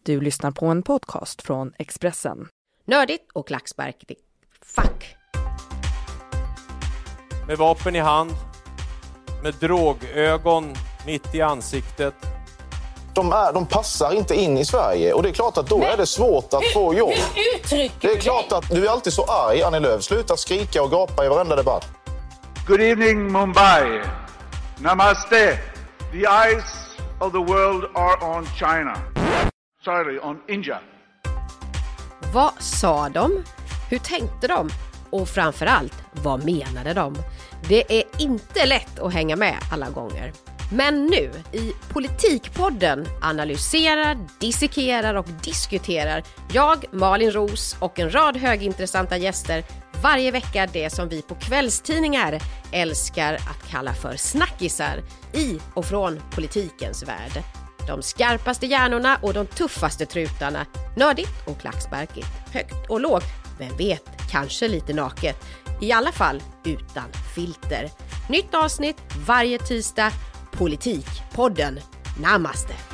Du lyssnar på en podcast från Expressen. Nördigt och klacksparkigt. Fuck. Med vapen i hand, med drogögon mitt i ansiktet. De passar inte in i Sverige och det är klart att då är det svårt att få jobb. Det är klart att du är alltid så arg, Annie Lööf. Sluta skrika och gapa i varenda debatt. Good evening, Mumbai. Namaste. The eyes of the world are on China. Sorry, on India. Vad sa de? Hur tänkte de? Och framförallt, vad menade de? Det är inte lätt att hänga med alla gånger. Men nu, i Politikpodden, analyserar, dissekerar och diskuterar jag, Malin Roos och en rad högintressanta gäster varje vecka det som vi på kvällstidningar älskar att kalla för snackisar i och från politikens värld. De skarpaste hjärnorna och de tuffaste trutarna, nördigt och klacksparkigt, högt och lågt, vem vet, kanske lite naket, i alla fall utan filter. Nytt avsnitt varje tisdag, Politikpodden. Namaste!